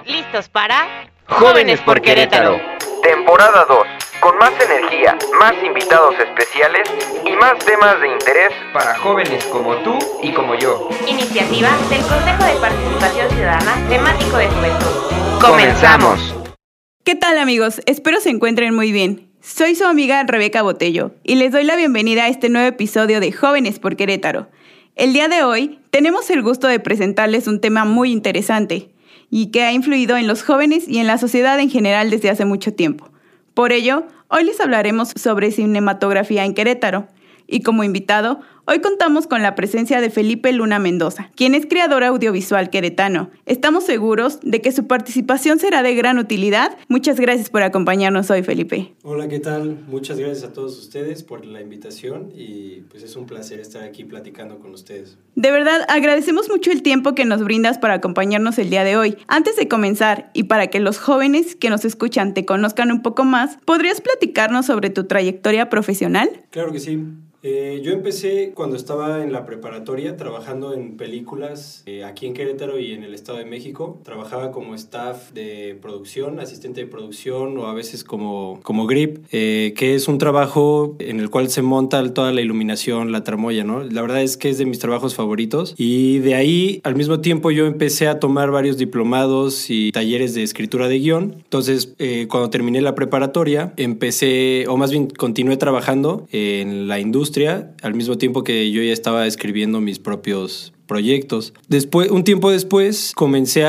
listos para Jóvenes por Querétaro. Temporada 2, con más energía, más invitados especiales y más temas de interés Para jóvenes como tú y como yo. Iniciativa del Consejo de Participación Ciudadana temático de Juventud. ¡Comenzamos! ¿Qué tal, amigos? Espero se encuentren muy bien. Soy su amiga Rebeca Botello y les doy la bienvenida a este nuevo episodio de Jóvenes por Querétaro. El día de hoy tenemos el gusto de presentarles un tema muy interesante y que ha influido en los jóvenes y en la sociedad en general desde hace mucho tiempo. Por ello, hoy les hablaremos sobre cinematografía en Querétaro. Y como invitado, hoy contamos con la presencia de Felipe Luna Mendoza, quien es creador audiovisual queretano. Estamos seguros de que su participación será de gran utilidad. Muchas gracias por acompañarnos hoy, Felipe. Hola, ¿qué tal? Muchas gracias a todos ustedes por la invitación y pues es un placer estar aquí platicando con ustedes. De verdad, agradecemos mucho el tiempo que nos brindas para acompañarnos el día de hoy. Antes de comenzar, y para que los jóvenes que nos escuchan te conozcan un poco más, ¿podrías platicarnos sobre tu trayectoria profesional? Claro que sí. Yo empecé cuando estaba en la preparatoria trabajando en películas aquí en Querétaro y en el Estado de México. Trabajaba como staff de producción, asistente de producción o a veces como grip, que es un trabajo en el cual se monta toda la iluminación, la tramoya, ¿no? La verdad es que es de mis trabajos favoritos y de ahí al mismo tiempo yo empecé a tomar varios diplomados y talleres de escritura de guión. Entonces cuando terminé la preparatoria empecé, o más bien continué trabajando en la industria al mismo tiempo que yo ya estaba escribiendo mis propios proyectos. Un tiempo después comencé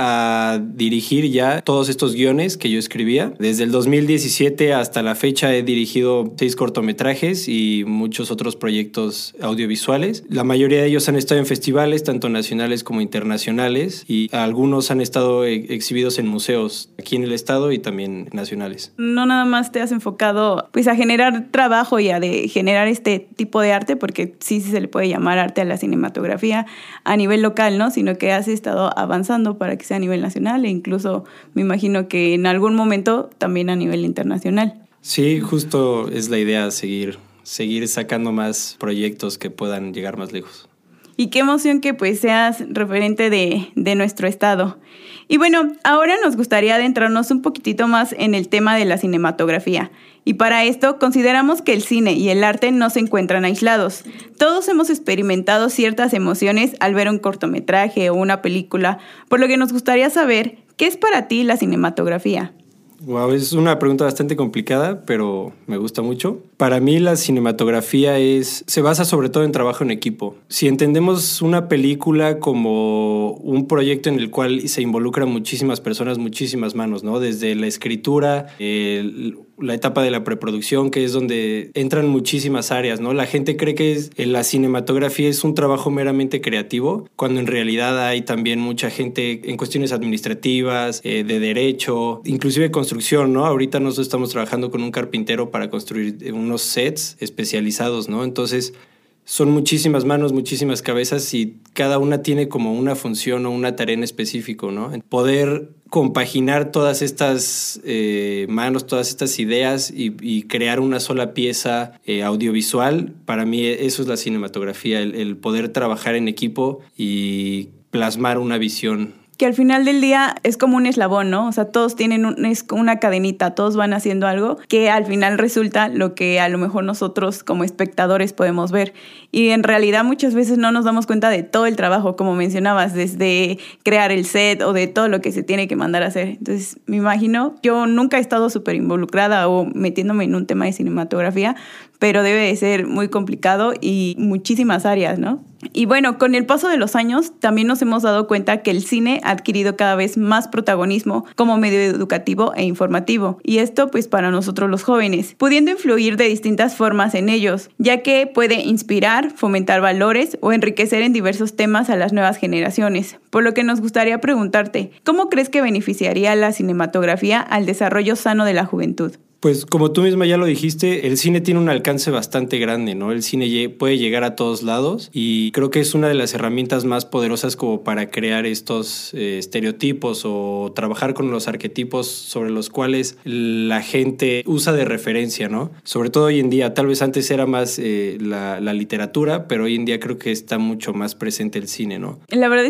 a dirigir ya todos estos guiones que yo escribía. Desde el 2017 hasta la fecha he dirigido 6 cortometrajes y muchos otros proyectos audiovisuales. La mayoría de ellos han estado en festivales, tanto nacionales como internacionales, y algunos han estado exhibidos en museos aquí en el estado y también nacionales. No nada más te has enfocado pues a generar trabajo y a generar este tipo de arte, porque sí se le puede llamar arte a la cinematografía a nivel local, ¿no? Sino que has estado avanzando para que sea a nivel nacional e incluso me imagino que en algún momento también a nivel internacional. Sí, justo es la idea, seguir sacando más proyectos que puedan llegar más lejos. Y qué emoción que pues seas referente de nuestro estado. Y bueno, ahora nos gustaría adentrarnos un poquitito más en el tema de la cinematografía. Y para esto consideramos que el cine y el arte no se encuentran aislados. Todos hemos experimentado ciertas emociones al ver un cortometraje o una película, por lo que nos gustaría saber, ¿qué es para ti la cinematografía? Wow, es una pregunta bastante complicada, pero me gusta mucho. Para mí la cinematografía se basa sobre todo en trabajo en equipo. Si entendemos una película como un proyecto en el cual se involucran muchísimas personas, muchísimas manos, ¿no? Desde la escritura, la etapa de la preproducción, que es donde entran muchísimas áreas, ¿no? La gente cree que la cinematografía es un trabajo meramente creativo, cuando en realidad hay también mucha gente en cuestiones administrativas, de derecho, inclusive construcción, ¿no? Ahorita nosotros estamos trabajando con un carpintero para construir unos sets especializados, ¿no? Entonces son muchísimas manos, muchísimas cabezas y cada una tiene como una función o una tarea en específico, ¿no? Poder compaginar todas estas manos, todas estas ideas y crear una sola pieza audiovisual, para mí eso es la cinematografía, el poder trabajar en equipo y plasmar una visión. Que al final del día es como un eslabón, ¿no? O sea, todos tienen es como una cadenita, todos van haciendo algo que al final resulta lo que a lo mejor nosotros como espectadores podemos ver. Y en realidad muchas veces no nos damos cuenta de todo el trabajo, como mencionabas, desde crear el set o de todo lo que se tiene que mandar a hacer. Entonces, me imagino, yo nunca he estado súper involucrada o metiéndome en un tema de cinematografía, pero debe de ser muy complicado y muchísimas áreas, ¿no? Y bueno, con el paso de los años también nos hemos dado cuenta que el cine ha adquirido cada vez más protagonismo como medio educativo e informativo. Y esto pues para nosotros los jóvenes, pudiendo influir de distintas formas en ellos, ya que puede inspirar, fomentar valores o enriquecer en diversos temas a las nuevas generaciones. Por lo que nos gustaría preguntarte, ¿cómo crees que beneficiaría la cinematografía al desarrollo sano de la juventud? Pues como tú misma ya lo dijiste, el cine tiene un alcance bastante grande, ¿no? El cine puede llegar a todos lados y creo que es una de las herramientas más poderosas como para crear estos estereotipos o trabajar con los arquetipos sobre los cuales la gente usa de referencia, ¿no? Sobre todo hoy en día, tal vez antes era más la literatura, pero hoy en día creo que está mucho más presente el cine, ¿no? La verdad es que vivimos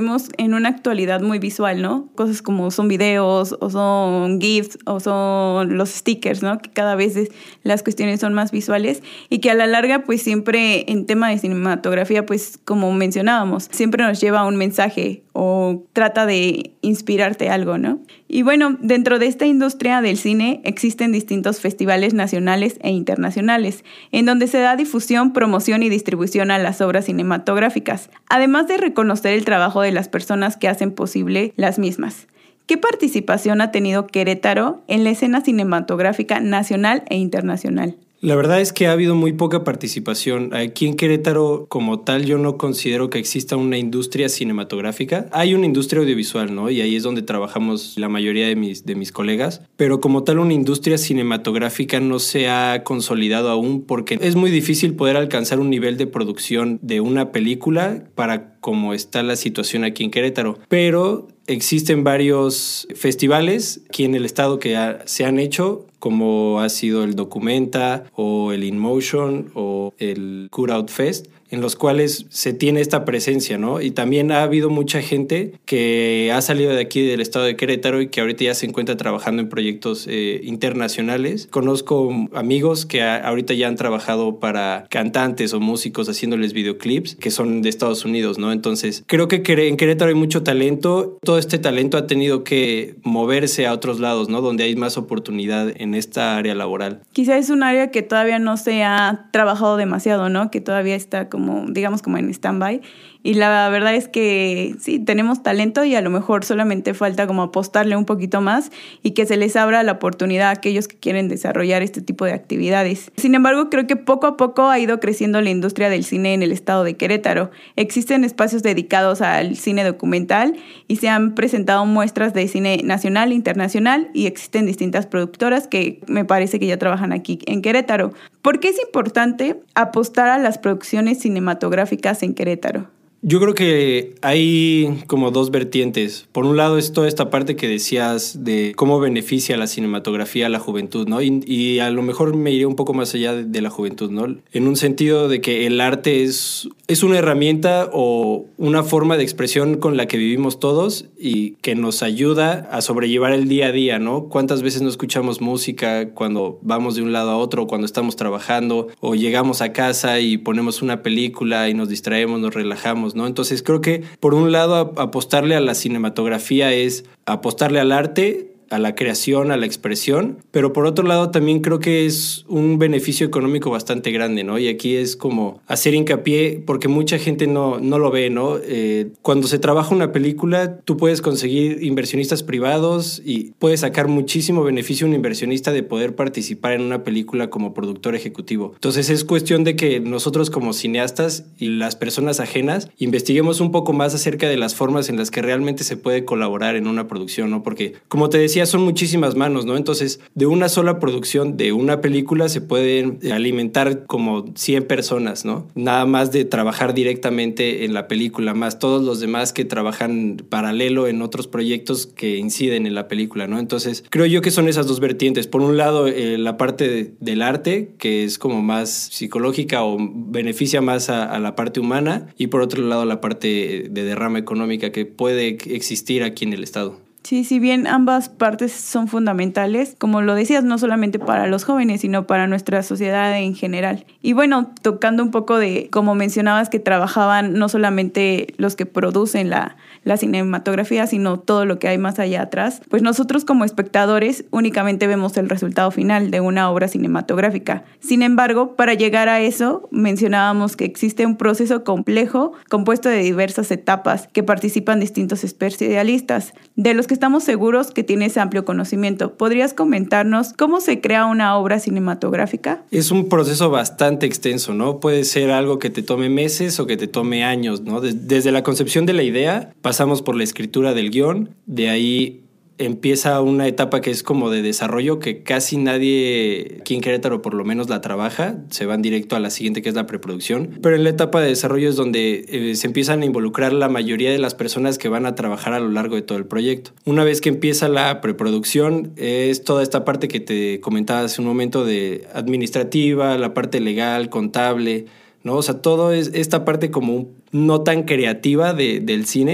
vivimos en una actualidad muy visual, ¿no? Cosas como son videos o son GIFs o son los stickers, ¿no? Que cada vez las cuestiones son más visuales y que a la larga pues siempre en tema de cinematografía pues como mencionábamos, siempre nos lleva a un mensaje o trata de inspirarte algo, ¿no? Y bueno, dentro de esta industria del cine existen distintos festivales nacionales e internacionales, en donde se da difusión, promoción y distribución a las obras cinematográficas, además de reconocer el trabajo de las personas que hacen posible las mismas. ¿Qué participación ha tenido Querétaro en la escena cinematográfica nacional e internacional? La verdad es que ha habido muy poca participación. Aquí en Querétaro, como tal, yo no considero que exista una industria cinematográfica. Hay una industria audiovisual, ¿no? Y ahí es donde trabajamos la mayoría de mis colegas. Pero como tal, una industria cinematográfica no se ha consolidado aún porque es muy difícil poder alcanzar un nivel de producción de una película para como está la situación aquí en Querétaro. Pero existen varios festivales aquí en el estado que se han hecho, como ha sido el Documenta o el InMotion o el Cutout Fest, en los cuales se tiene esta presencia, ¿no? Y también ha habido mucha gente que ha salido de aquí del estado de Querétaro y que ahorita ya se encuentra trabajando en proyectos internacionales. Conozco amigos que ahorita ya han trabajado para cantantes o músicos haciéndoles videoclips que son de Estados Unidos, ¿no? Entonces, creo que en Querétaro hay mucho talento. Todo este talento ha tenido que moverse a otros lados, ¿no? Donde hay más oportunidad en esta área laboral. Quizá es un área que todavía no se ha trabajado demasiado, ¿no? Que todavía está como, digamos, como en stand-by. Y la verdad es que sí, tenemos talento y a lo mejor solamente falta como apostarle un poquito más y que se les abra la oportunidad a aquellos que quieren desarrollar este tipo de actividades. Sin embargo, creo que poco a poco ha ido creciendo la industria del cine en el estado de Querétaro. Existen espacios dedicados al cine documental y se han presentado muestras de cine nacional e internacional y existen distintas productoras que me parece que ya trabajan aquí en Querétaro. ¿Por qué es importante apostar a las producciones cinematográficas en Querétaro? Yo creo que hay como dos vertientes. Por un lado es toda esta parte que decías de cómo beneficia la cinematografía a la juventud, ¿no? Y a lo mejor me iré un poco más allá de la juventud, ¿no? En un sentido de que el arte es una herramienta o una forma de expresión con la que vivimos todos y que nos ayuda a sobrellevar el día a día, ¿no? ¿Cuántas veces no escuchamos música cuando vamos de un lado a otro, cuando estamos trabajando o llegamos a casa y ponemos una película y nos distraemos, nos relajamos, ¿no? Entonces creo que por un lado apostarle a la cinematografía es apostarle al arte, a la creación, a la expresión, pero por otro lado también creo que es un beneficio económico bastante grande, ¿no? Y aquí es como hacer hincapié porque mucha gente no lo ve, ¿no? Cuando se trabaja una película, tú puedes conseguir inversionistas privados y puedes sacar muchísimo beneficio a un inversionista de poder participar en una película como productor ejecutivo. Entonces es cuestión de que nosotros como cineastas y las personas ajenas investiguemos un poco más acerca de las formas en las que realmente se puede colaborar en una producción, ¿no? Porque, como te decía, son muchísimas manos, ¿no? Entonces, de una sola producción de una película se pueden alimentar como 100 personas, ¿no? Nada más de trabajar directamente en la película, más todos los demás que trabajan paralelo en otros proyectos que inciden en la película, ¿no? Entonces, creo yo que son esas dos vertientes. Por un lado, la parte del arte, que es como más psicológica o beneficia más a la parte humana, y por otro lado, la parte de derrama económica que puede existir aquí en el estado. Sí, si bien ambas partes son fundamentales, como lo decías, no solamente para los jóvenes, sino para nuestra sociedad en general. Y bueno, tocando un poco de, como mencionabas, que trabajaban no solamente los que producen la cinematografía, sino todo lo que hay más allá atrás, pues nosotros como espectadores únicamente vemos el resultado final de una obra cinematográfica. Sin embargo, para llegar a eso, mencionábamos que existe un proceso complejo compuesto de diversas etapas que participan distintos especialistas, de los que estamos seguros que tienes amplio conocimiento. ¿Podrías comentarnos cómo se crea una obra cinematográfica? Es un proceso bastante extenso, ¿no? Puede ser algo que te tome meses o que te tome años, ¿no? Desde la concepción de la idea, pasamos por la escritura del guión, de ahí empieza una etapa que es como de desarrollo que casi nadie aquí en Querétaro por lo menos la trabaja, se van directo a la siguiente que es la preproducción, pero en la etapa de desarrollo es donde se empiezan a involucrar la mayoría de las personas que van a trabajar a lo largo de todo el proyecto. Una vez que empieza la preproducción es toda esta parte que te comentaba hace un momento de administrativa, la parte legal, contable, ¿no? O sea, todo es esta parte como no tan creativa del cine,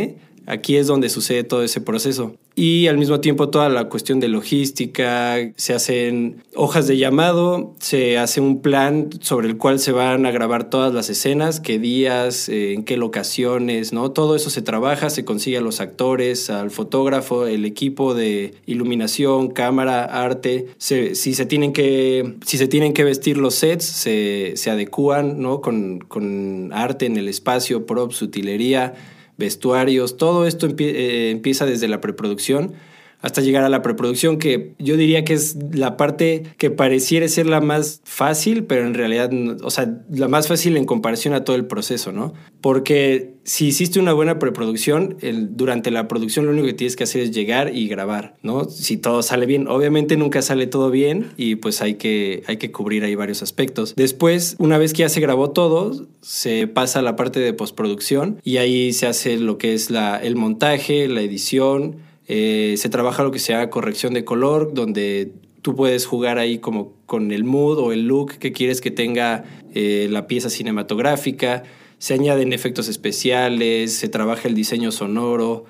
Aquí es donde sucede todo ese proceso. Y al mismo tiempo toda la cuestión de logística, se hacen hojas de llamado, se hace un plan sobre el cual se van a grabar todas las escenas, qué días, en qué locaciones, ¿no? Todo eso se trabaja, se consigue a los actores, al fotógrafo, el equipo de iluminación, cámara, arte. Si se tienen que vestir los sets, se adecúan, ¿no? Con arte en el espacio, props, utilería, vestuarios, todo esto empieza desde la preproducción hasta llegar a la preproducción, que yo diría que es la parte que pareciera ser la más fácil, pero en realidad, o sea, la más fácil en comparación a todo el proceso, ¿no? Porque si hiciste una buena preproducción, durante la producción lo único que tienes que hacer es llegar y grabar, ¿no? Si todo sale bien, obviamente nunca sale todo bien y pues hay que cubrir ahí varios aspectos. Después, una vez que ya se grabó todo, se pasa a la parte de postproducción y ahí se hace lo que es el montaje, la edición. Se trabaja lo que se llama corrección de color, donde tú puedes jugar ahí como con el mood o el look que quieres que tenga la pieza cinematográfica. Se añaden efectos especiales, se trabaja el diseño sonoro,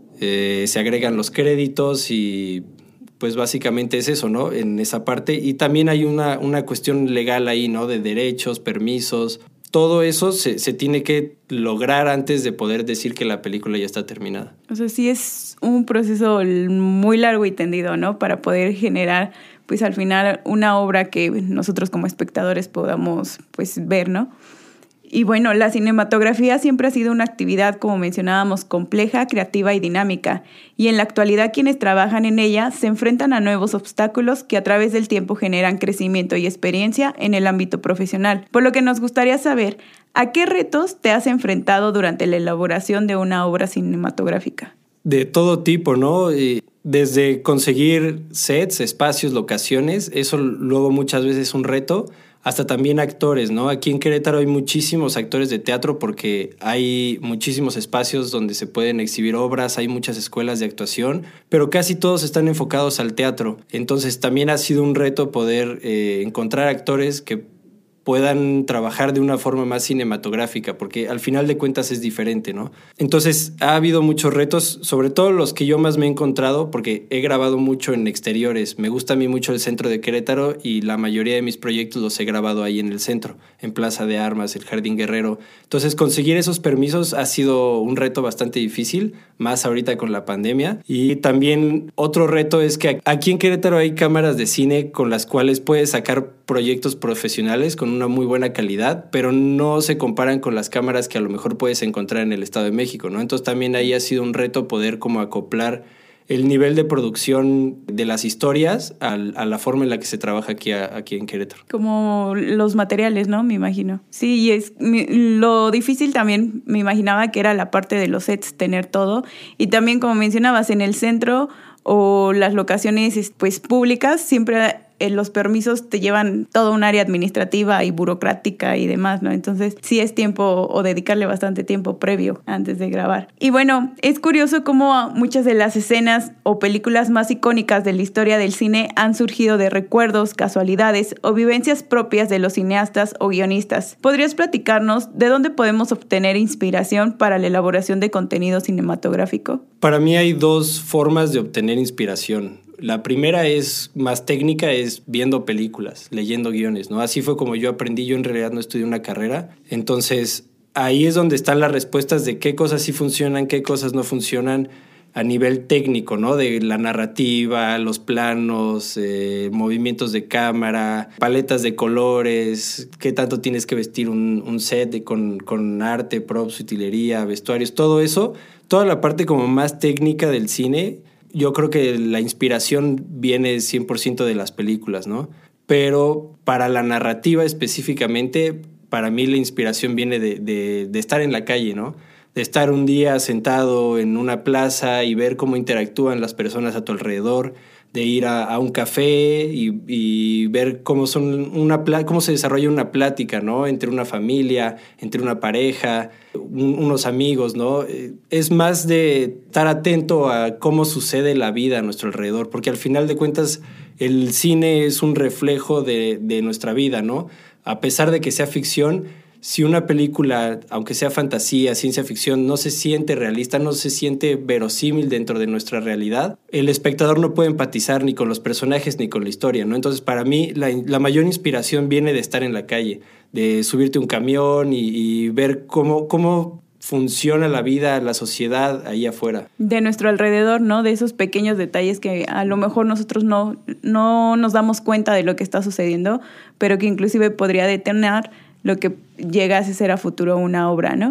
se agregan los créditos y pues básicamente es eso, ¿no? En esa parte. Y también hay una cuestión legal ahí, ¿no? De derechos, permisos. Todo eso se tiene que lograr antes de poder decir que la película ya está terminada. O sea, sí es un proceso muy largo y tendido, ¿no? Para poder generar, pues al final, una obra que nosotros como espectadores podamos, pues, ver, ¿no? Y bueno, la cinematografía siempre ha sido una actividad, como mencionábamos, compleja, creativa y dinámica. Y en la actualidad quienes trabajan en ella se enfrentan a nuevos obstáculos que a través del tiempo generan crecimiento y experiencia en el ámbito profesional. Por lo que nos gustaría saber, ¿a qué retos te has enfrentado durante la elaboración de una obra cinematográfica? De todo tipo, ¿no? Desde conseguir sets, espacios, locaciones, eso luego muchas veces es un reto, hasta también actores, ¿no? Aquí en Querétaro hay muchísimos actores de teatro porque hay muchísimos espacios donde se pueden exhibir obras, hay muchas escuelas de actuación, pero casi todos están enfocados al teatro. Entonces también ha sido un reto poder encontrar actores que puedan trabajar de una forma más cinematográfica, porque al final de cuentas es diferente, ¿no? Entonces ha habido muchos retos, sobre todo los que yo más me he encontrado, porque he grabado mucho en exteriores. Me gusta a mí mucho el centro de Querétaro y la mayoría de mis proyectos los he grabado ahí en el centro, en Plaza de Armas, el Jardín Guerrero. Entonces conseguir esos permisos ha sido un reto bastante difícil, más ahorita con la pandemia. Y también otro reto es que aquí en Querétaro hay cámaras de cine con las cuales puedes sacar proyectos profesionales con una muy buena calidad, pero no se comparan con las cámaras que a lo mejor puedes encontrar en el Estado de México, ¿no? Entonces también ahí ha sido un reto poder como acoplar el nivel de producción de las historias a la forma en la que se trabaja aquí en Querétaro. Como los materiales, ¿no? Me imagino. Sí, lo difícil también me imaginaba que era la parte de los sets, tener todo. Y también, como mencionabas, en el centro o las locaciones pues públicas, siempre los permisos te llevan toda un área administrativa y burocrática y demás, ¿no? Entonces sí es tiempo o dedicarle bastante tiempo previo antes de grabar. Y bueno, es curioso cómo muchas de las escenas o películas más icónicas de la historia del cine han surgido de recuerdos, casualidades o vivencias propias de los cineastas o guionistas. ¿Podrías platicarnos de dónde podemos obtener inspiración para la elaboración de contenido cinematográfico? Para mí hay dos formas de obtener inspiración. La primera es más técnica, es viendo películas, leyendo guiones, ¿no? Así fue como yo aprendí. Yo en realidad no estudié una carrera. Entonces, ahí es donde están las respuestas de qué cosas sí funcionan, qué cosas no funcionan a nivel técnico, ¿no? De la narrativa, los planos, movimientos de cámara, paletas de colores, qué tanto tienes que vestir un set con arte, props, utilería, vestuarios, todo eso. Toda la parte como más técnica del cine. Yo creo que la inspiración viene 100% de las películas, ¿no? Pero para la narrativa específicamente, para mí la inspiración viene de estar en la calle, ¿no? De estar un día sentado en una plaza y ver cómo interactúan las personas a tu alrededor, de ir a un café y ver cómo se desarrolla una plática, ¿no? Entre una familia, entre una pareja, unos amigos, ¿no? Es más de estar atento a cómo sucede la vida a nuestro alrededor, porque al final de cuentas el cine es un reflejo de nuestra vida, ¿no? A pesar de que sea ficción, Si una película, aunque sea fantasía, ciencia ficción, no se siente realista, no se siente verosímil dentro de nuestra realidad, el espectador no puede empatizar ni con los personajes ni con la historia, ¿no? Entonces, para mí, la mayor inspiración viene de estar en la calle, de subirte a un camión y ver cómo funciona la vida, la sociedad ahí afuera. De nuestro alrededor, ¿no? De esos pequeños detalles que a lo mejor nosotros no nos damos cuenta de lo que está sucediendo, pero que inclusive podría detonar lo que llegase a ser a futuro una obra, ¿no?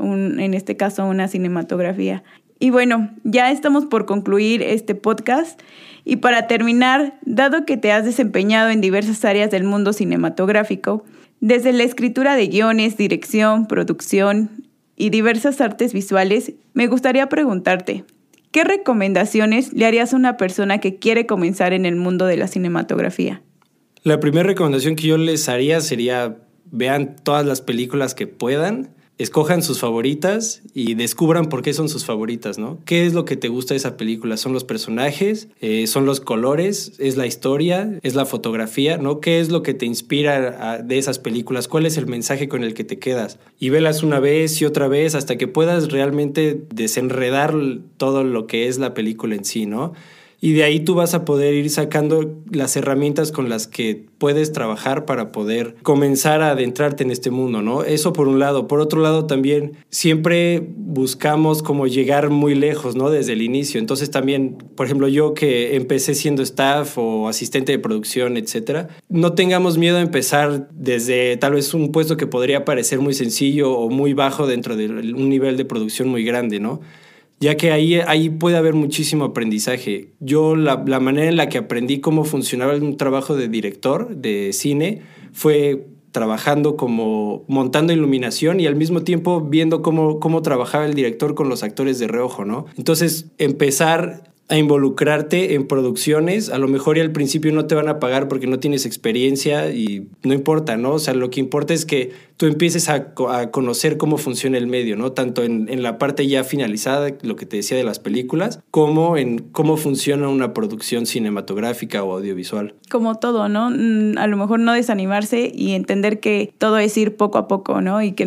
En este caso, una cinematografía. Y bueno, ya estamos por concluir este podcast. Y para terminar, dado que te has desempeñado en diversas áreas del mundo cinematográfico, desde la escritura de guiones, dirección, producción y diversas artes visuales, me gustaría preguntarte, ¿qué recomendaciones le harías a una persona que quiere comenzar en el mundo de la cinematografía? La primera recomendación que yo les haría sería: vean todas las películas que puedan, escojan sus favoritas y descubran por qué son sus favoritas, ¿no? ¿Qué es lo que te gusta de esa película? ¿Son los personajes? ¿Son los colores? ¿Es la historia? ¿Es la fotografía? ¿No? ¿Qué es lo que te inspira de esas películas? ¿Cuál es el mensaje con el que te quedas? Y velas una vez y otra vez hasta que puedas realmente desenredar todo lo que es la película en sí, ¿no? Y de ahí tú vas a poder ir sacando las herramientas con las que puedes trabajar para poder comenzar a adentrarte en este mundo, ¿no? Eso por un lado. Por otro lado también siempre buscamos como llegar muy lejos, ¿no? Desde el inicio. Entonces también, por ejemplo, yo que empecé siendo staff o asistente de producción, etcétera, no tengamos miedo a empezar desde tal vez un puesto que podría parecer muy sencillo o muy bajo dentro de un nivel de producción muy grande, ¿no? Ya que ahí puede haber muchísimo aprendizaje. Yo la manera en la que aprendí cómo funcionaba un trabajo de director de cine fue trabajando como montando iluminación y al mismo tiempo viendo cómo trabajaba el director con los actores de reojo, ¿no? Entonces, empezar a involucrarte en producciones, a lo mejor y al principio no te van a pagar porque no tienes experiencia y no importa, ¿no? O sea, lo que importa es que tú empieces a conocer cómo funciona el medio, ¿no? Tanto en la parte ya finalizada, lo que te decía de las películas, como en cómo funciona una producción cinematográfica o audiovisual. Como todo, ¿no? A lo mejor no desanimarse y entender que todo es ir poco a poco, ¿no? Y que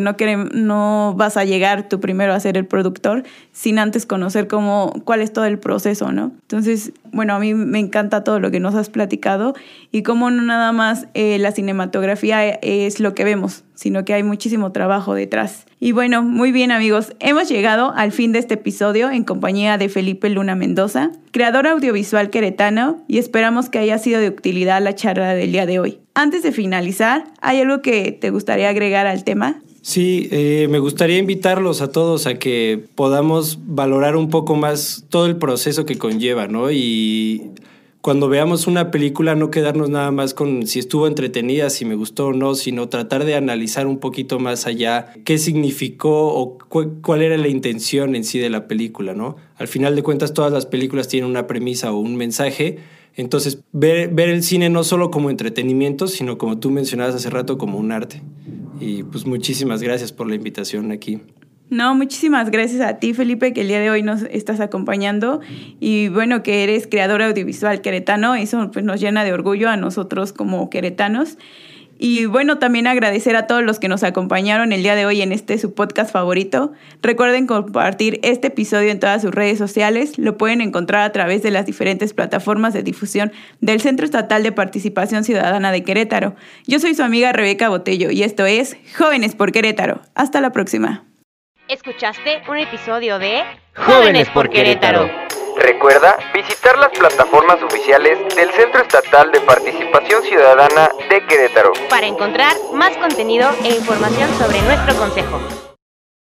no vas a llegar tú primero a ser el productor sin antes conocer cuál es todo el proceso, ¿no? Entonces, bueno, a mí me encanta todo lo que nos has platicado y cómo no nada más la cinematografía es lo que vemos, sino que hay muchísimo trabajo detrás. Y bueno, muy bien amigos, hemos llegado al fin de este episodio en compañía de Felipe Luna Mendoza, creador audiovisual queretano, y esperamos que haya sido de utilidad la charla del día de hoy. Antes de finalizar, ¿hay algo que te gustaría agregar al tema? Sí, me gustaría invitarlos a todos a que podamos valorar un poco más todo el proceso que conlleva, ¿no? Y cuando veamos una película no quedarnos nada más con si estuvo entretenida, si me gustó o no, sino tratar de analizar un poquito más allá qué significó o cuál era la intención en sí de la película, ¿no? Al final de cuentas todas las películas tienen una premisa o un mensaje. Entonces ver el cine no solo como entretenimiento, sino como tú mencionabas hace rato, como un arte. Y pues muchísimas gracias por la invitación aquí. No, muchísimas gracias a ti, Felipe, que el día de hoy nos estás acompañando y bueno, que eres creador audiovisual queretano. Eso pues nos llena de orgullo a nosotros como queretanos. Y bueno, también agradecer a todos los que nos acompañaron el día de hoy en su podcast favorito. Recuerden compartir este episodio en todas sus redes sociales. Lo pueden encontrar a través de las diferentes plataformas de difusión del Centro Estatal de Participación Ciudadana de Querétaro. Yo soy su amiga Rebeca Botello y esto es Jóvenes por Querétaro. Hasta la próxima. Escuchaste un episodio de Jóvenes por Querétaro. Recuerda visitar las plataformas oficiales del Centro Estatal de Participación Ciudadana de Querétaro para encontrar más contenido e información sobre nuestro consejo.